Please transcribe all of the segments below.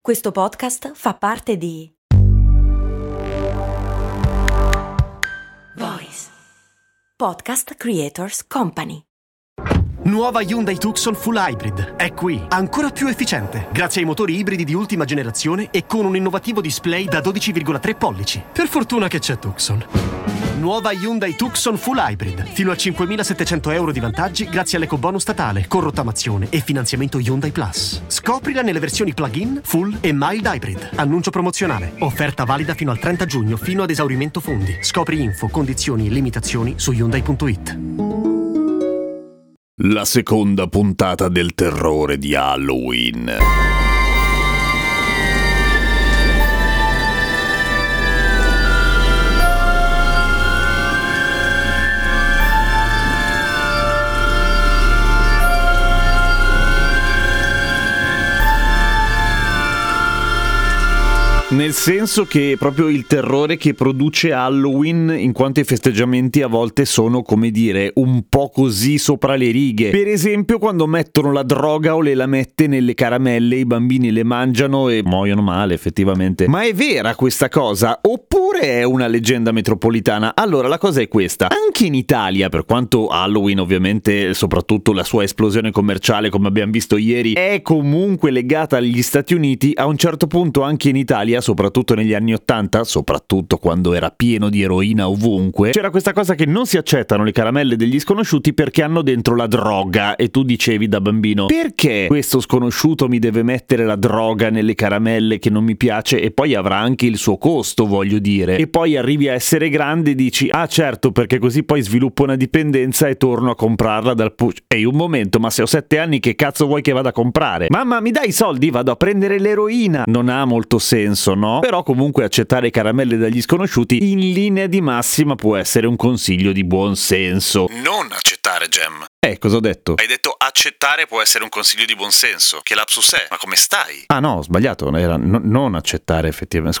Questo podcast fa parte di Voice Podcast Creators Company. Nuova Hyundai Tucson Full Hybrid è qui, ancora più efficiente, grazie ai motori ibridi di ultima generazione e con un innovativo display da 12,3 pollici. Per fortuna che c'è Tucson. Nuova Hyundai Tucson Full Hybrid, fino a 5.700 euro di vantaggi grazie all'ecobonus statale, con rottamazione e finanziamento Hyundai Plus. Scoprila nelle versioni plug-in, full e mild hybrid. Annuncio promozionale. Offerta valida fino al 30 giugno, fino ad esaurimento fondi. Scopri info, condizioni e limitazioni su Hyundai.it. La seconda puntata del terrore di Halloween. Nel senso che proprio il terrore che produce Halloween, in quanto i festeggiamenti a volte sono, come dire, un po' così sopra le righe. Per esempio quando mettono la droga o le lamette nelle caramelle, i bambini le mangiano e muoiono male effettivamente. Ma è vera questa cosa? Oppure è una leggenda metropolitana? Allora la cosa è questa: anche in Italia, per quanto Halloween ovviamente, soprattutto la sua esplosione commerciale come abbiamo visto ieri, è comunque legata agli Stati Uniti, a un certo punto anche in Italia, soprattutto negli anni 80, soprattutto quando era pieno di eroina ovunque, c'era questa cosa che non si accettano le caramelle degli sconosciuti perché hanno dentro la droga. E tu dicevi da bambino: perché questo sconosciuto mi deve mettere la droga nelle caramelle che non mi piace? E poi avrà anche il suo costo, voglio dire. E poi arrivi a essere grande e dici: ah certo, perché così poi sviluppo una dipendenza e torno a comprarla dal push. Ehi, un momento, ma se ho 7 anni che cazzo vuoi che vada a comprare? Mamma, mi dai i soldi? Vado a prendere l'eroina. Non ha molto senso, no? Però comunque accettare caramelle dagli sconosciuti in linea di massima può essere un consiglio di buon senso. Non accettare, Gem. Cosa ho detto? Hai detto accettare può essere un consiglio di buon senso. Che lapsus è? Ma come stai? Ah no, ho sbagliato, era non accettare effettivamente.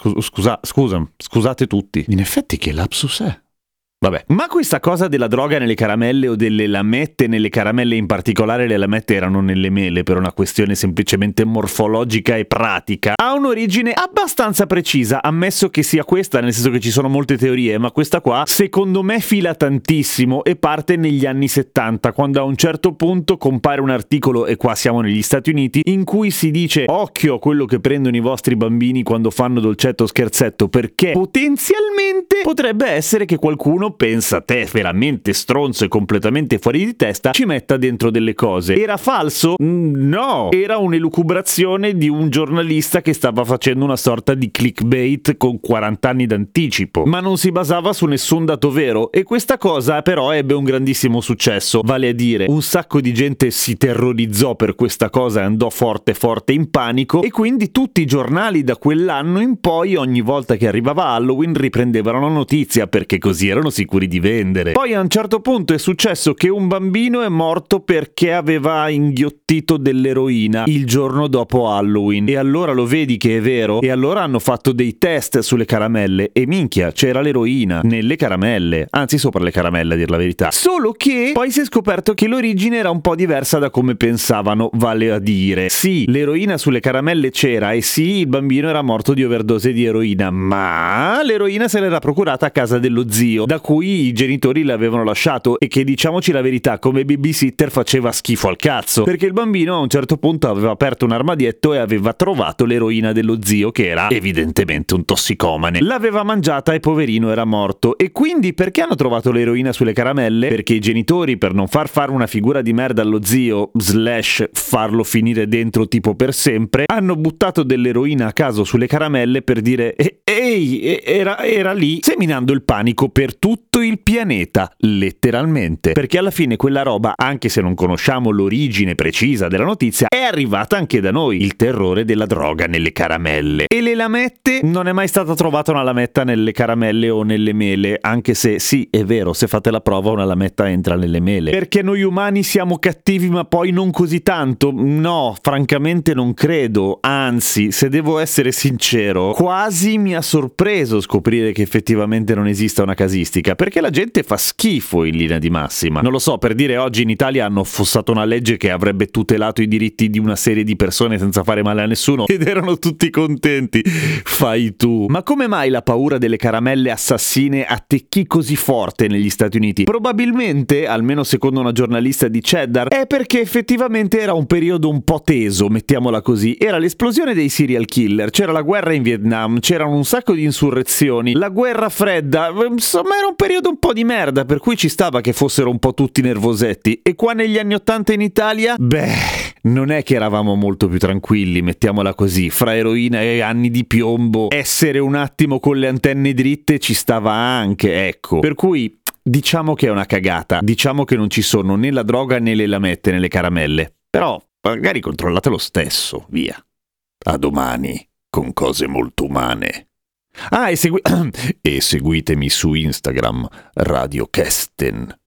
Scusate tutti. In effetti che lapsus è? Vabbè, ma questa cosa della droga nelle caramelle o delle lamette nelle caramelle, in particolare le lamette erano nelle mele per una questione semplicemente morfologica e pratica, ha un'origine abbastanza precisa, ammesso che sia questa, nel senso che ci sono molte teorie, ma questa qua secondo me fila tantissimo e parte negli anni 70, quando a un certo punto compare un articolo, e qua siamo negli Stati Uniti, in cui si dice: occhio a quello che prendono i vostri bambini quando fanno dolcetto o scherzetto, perché potenzialmente potrebbe essere che qualcuno, pensa te, veramente stronzo e completamente fuori di testa, ci metta dentro delle cose. Era falso? No! Era un'elucubrazione di un giornalista che stava facendo una sorta di clickbait con 40 anni d'anticipo, ma non si basava su nessun dato vero. E questa cosa però ebbe un grandissimo successo, vale a dire un sacco di gente si terrorizzò per questa cosa e andò forte in panico, e quindi tutti i giornali da quell'anno in poi, ogni volta che arrivava Halloween, riprendevano la notizia, perché così erano sicuri di vendere. Poi a un certo punto è successo che un bambino è morto perché aveva inghiottito dell'eroina il giorno dopo Halloween, e allora lo vedi che è vero, e allora hanno fatto dei test sulle caramelle e minchia, c'era l'eroina nelle caramelle, anzi sopra le caramelle a dir la verità, solo che poi si è scoperto che l'origine era un po' diversa da come pensavano, vale a dire sì, l'eroina sulle caramelle c'era e sì, il bambino era morto di overdose di eroina, ma l'eroina se l'era procurata a casa dello zio, da cui i genitori l'avevano lasciato, e che, diciamoci la verità, come babysitter faceva schifo al cazzo, perché il bambino a un certo punto aveva aperto un armadietto e aveva trovato l'eroina dello zio, che era evidentemente un tossicomane. L'aveva mangiata e poverino era morto. E quindi perché hanno trovato l'eroina sulle caramelle? Perché i genitori, per non far fare una figura di merda allo zio / farlo finire dentro tipo per sempre, hanno buttato dell'eroina a caso sulle caramelle per dire ehi, era lì, seminando il panico per tutto il pianeta, letteralmente, perché alla fine quella roba, anche se non conosciamo l'origine precisa della notizia, è arrivata anche da noi, il terrore della droga nelle caramelle. E le lamette? Non è mai stata trovata una lametta nelle caramelle o nelle mele, anche se sì, è vero, se fate la prova una lametta entra nelle mele. Perché noi umani siamo cattivi ma poi non così tanto? No, francamente non credo, anzi, se devo essere sincero, quasi mi ha sorpreso scoprire che effettivamente non esista una casistica politica, perché la gente fa schifo in linea di massima. Non lo so, per dire, oggi in Italia hanno affossato una legge che avrebbe tutelato i diritti di una serie di persone senza fare male a nessuno ed erano tutti contenti. Fai tu. Ma come mai la paura delle caramelle assassine attecchì così forte negli Stati Uniti? Probabilmente, almeno secondo una giornalista di Cheddar, è perché effettivamente era un periodo un po' teso, mettiamola così. Era l'esplosione dei serial killer, c'era la guerra in Vietnam, c'erano un sacco di insurrezioni, la guerra fredda, insomma era un periodo un po' di merda, per cui ci stava che fossero un po' tutti nervosetti. E qua negli anni '80 in Italia, non è che eravamo molto più tranquilli, mettiamola così. Fra eroina e anni di piombo, essere un attimo con le antenne dritte ci stava anche, ecco. Per cui diciamo che è una cagata, diciamo che non ci sono né la droga né le lamette nelle caramelle, però magari controllate lo stesso, via. A domani con cose molto umane. Ah, e seguitemi su Instagram, Radio Kesten.